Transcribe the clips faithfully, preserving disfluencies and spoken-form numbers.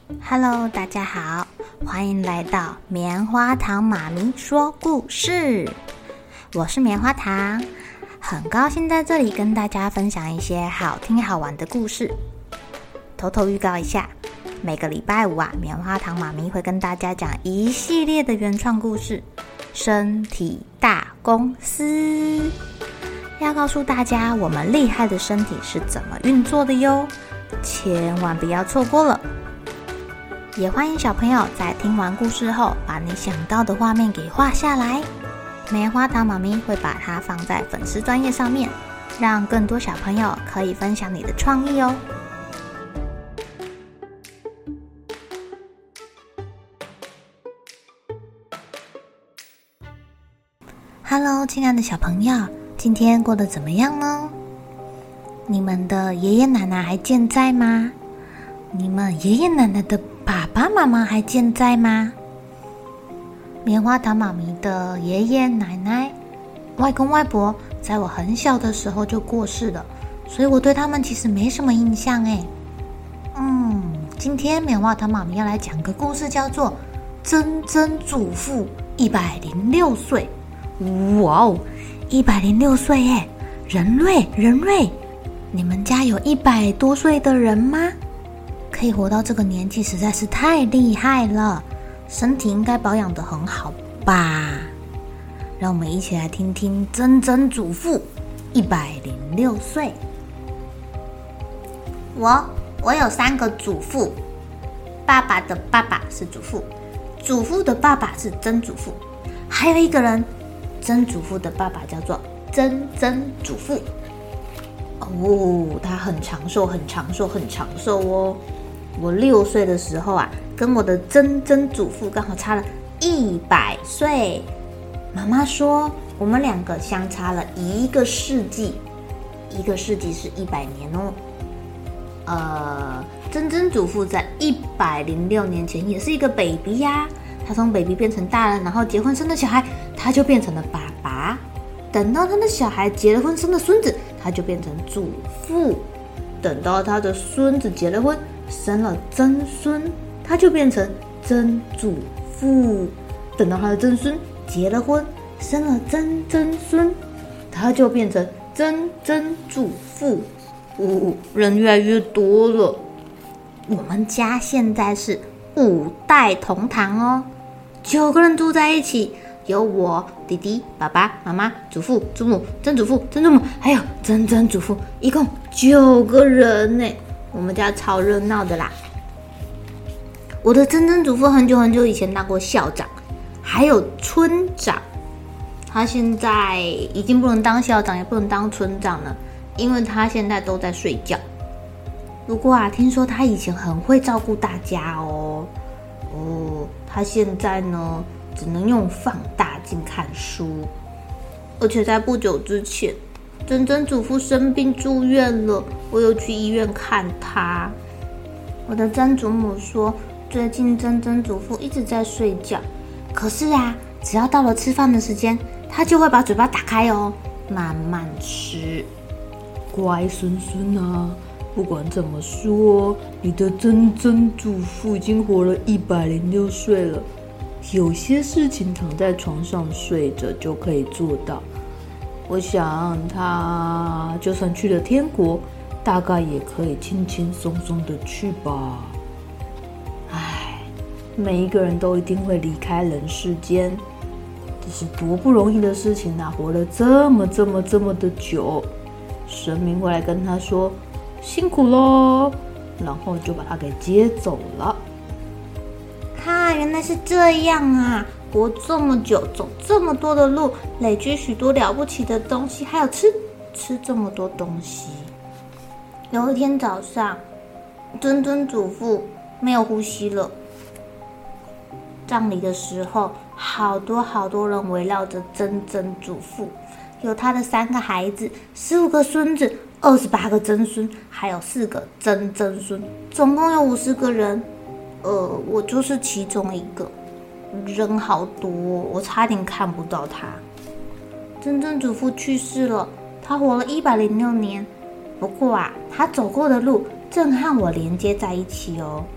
Hello， 大家好，欢迎来到棉花糖妈咪说故事。我是棉花糖，很高兴在这里跟大家分享一些好听好玩的故事。偷偷预告一下，每个礼拜五啊，棉花糖妈咪会跟大家讲一系列的原创故事。身体大公司要告诉大家我们厉害的身体是怎么运作的哟，千万不要错过了。也欢迎小朋友在听完故事后，把你想到的画面给画下来。棉花糖妈咪会把它放在粉丝专页上面，让更多小朋友可以分享你的创意哦。Hello， 亲爱的小朋友，今天过得怎么样呢？你们的爷爷奶奶还健在吗？你们爷爷奶奶的爸爸妈妈还健在吗？棉花糖妈咪的爷爷奶奶、外公外婆，在我很小的时候就过世了，所以我对他们其实没什么印象诶。嗯，今天棉花糖妈咪要来讲个故事，叫做《曾曾祖父一百零六岁》。哇哦，一百零六岁耶！人瑞人瑞，你们家有一百多岁的人吗？可以活到这个年纪实在是太厉害了，身体应该保养得很好吧？让我们一起来听听曾曾祖父一百零六岁。我我有三个祖父，爸爸的爸爸是祖父，祖父的爸爸是曾祖父，还有一个人，曾祖父的爸爸叫做曾曾祖父。哦，他很长寿，很长寿，很长寿哦。我六岁的时候啊，跟我的曾曾祖父刚好差了一百岁。妈妈说，我们两个相差了一个世纪，一个世纪是一百年哦。呃，曾曾祖父在一百零六年前也是一个 baby 呀、啊，他从 baby 变成大人，然后结婚生了小孩，他就变成了爸爸。等到他的小孩结了婚，生了孙子，他就变成祖父。等到他的孙子结了婚，生了曾孙，他就变成曾祖父。等到他的曾孙结了婚，生了曾曾孙，他就变成曾曾祖父。哦，人越来越多了。我们家现在是五代同堂哦，九个人住在一起，有我、弟弟、爸爸妈妈、祖父、祖母、曾祖父、曾祖母，还有曾曾祖父，一共九个人呢。我们家超热闹的啦。我的曾曾祖父很久很久以前当过校长，还有村长。他现在已经不能当校长，也不能当村长了，因为他现在都在睡觉。不过啊，听说他以前很会照顾大家哦。哦，他现在呢，只能用放大镜看书。而且在不久之前，曾曾祖父生病住院了，我有去医院看他。我的曾祖母说，最近曾曾祖父一直在睡觉，可是啊，只要到了吃饭的时间，他就会把嘴巴打开哦，慢慢吃。乖孙孙啊，不管怎么说，你的曾曾祖父已经活了一百零六岁了。有些事情躺在床上睡着就可以做到。我想他就算去了天国，大概也可以轻轻松松的去吧。唉，每一个人都一定会离开人世间，这是多不容易的事情啊！活了这么这么这么的久，神明会来跟他说辛苦咯，然后就把他给接走了。哈，原来是这样啊！活这么久，走这么多的路，累积许多了不起的东西，还有吃吃这么多东西。有一天早上，曾曾祖父没有呼吸了。葬礼的时候，好多好多人围绕着曾曾祖父，有他的三个孩子，十五个孙子，二十八个曾孙，还有四个曾曾孙，总共有五十个人。呃，我就是其中一个。人好多，我差点看不到他。曾曾祖父去世了，他活了一百零六年。不过啊，他走过的路正和我连接在一起哦。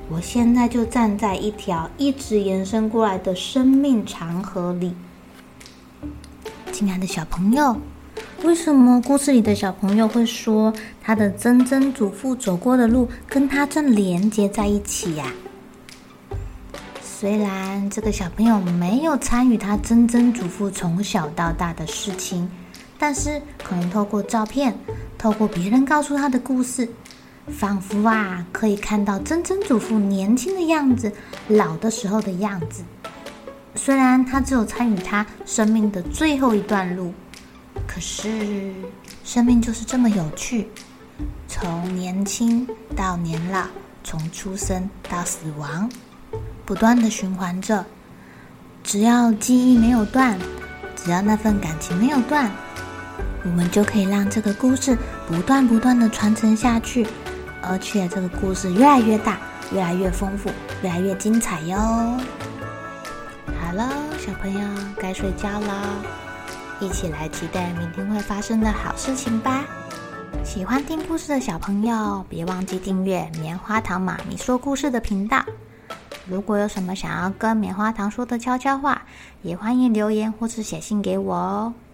我现在就站在一条一直延伸过来的生命长河里。亲爱的小朋友，为什么故事里的小朋友会说他的曾曾祖父走过的路跟他正连接在一起呀？虽然这个小朋友没有参与他曾曾祖父从小到大的事情，但是可能透过照片，透过别人告诉他的故事，仿佛啊可以看到曾曾祖父年轻的样子，老的时候的样子。虽然他只有参与他生命的最后一段路，可是生命就是这么有趣，从年轻到年老，从出生到死亡，不断的循环着。只要记忆没有断，只要那份感情没有断，我们就可以让这个故事不断不断的传承下去，而且这个故事越来越大，越来越丰富，越来越精彩哟。好了，小朋友该睡觉了，一起来期待明天会发生的好事情吧。喜欢听故事的小朋友，别忘记订阅棉花糖妈咪说故事的频道。如果有什么想要跟棉花糖说的悄悄话，也欢迎留言或是写信给我哦。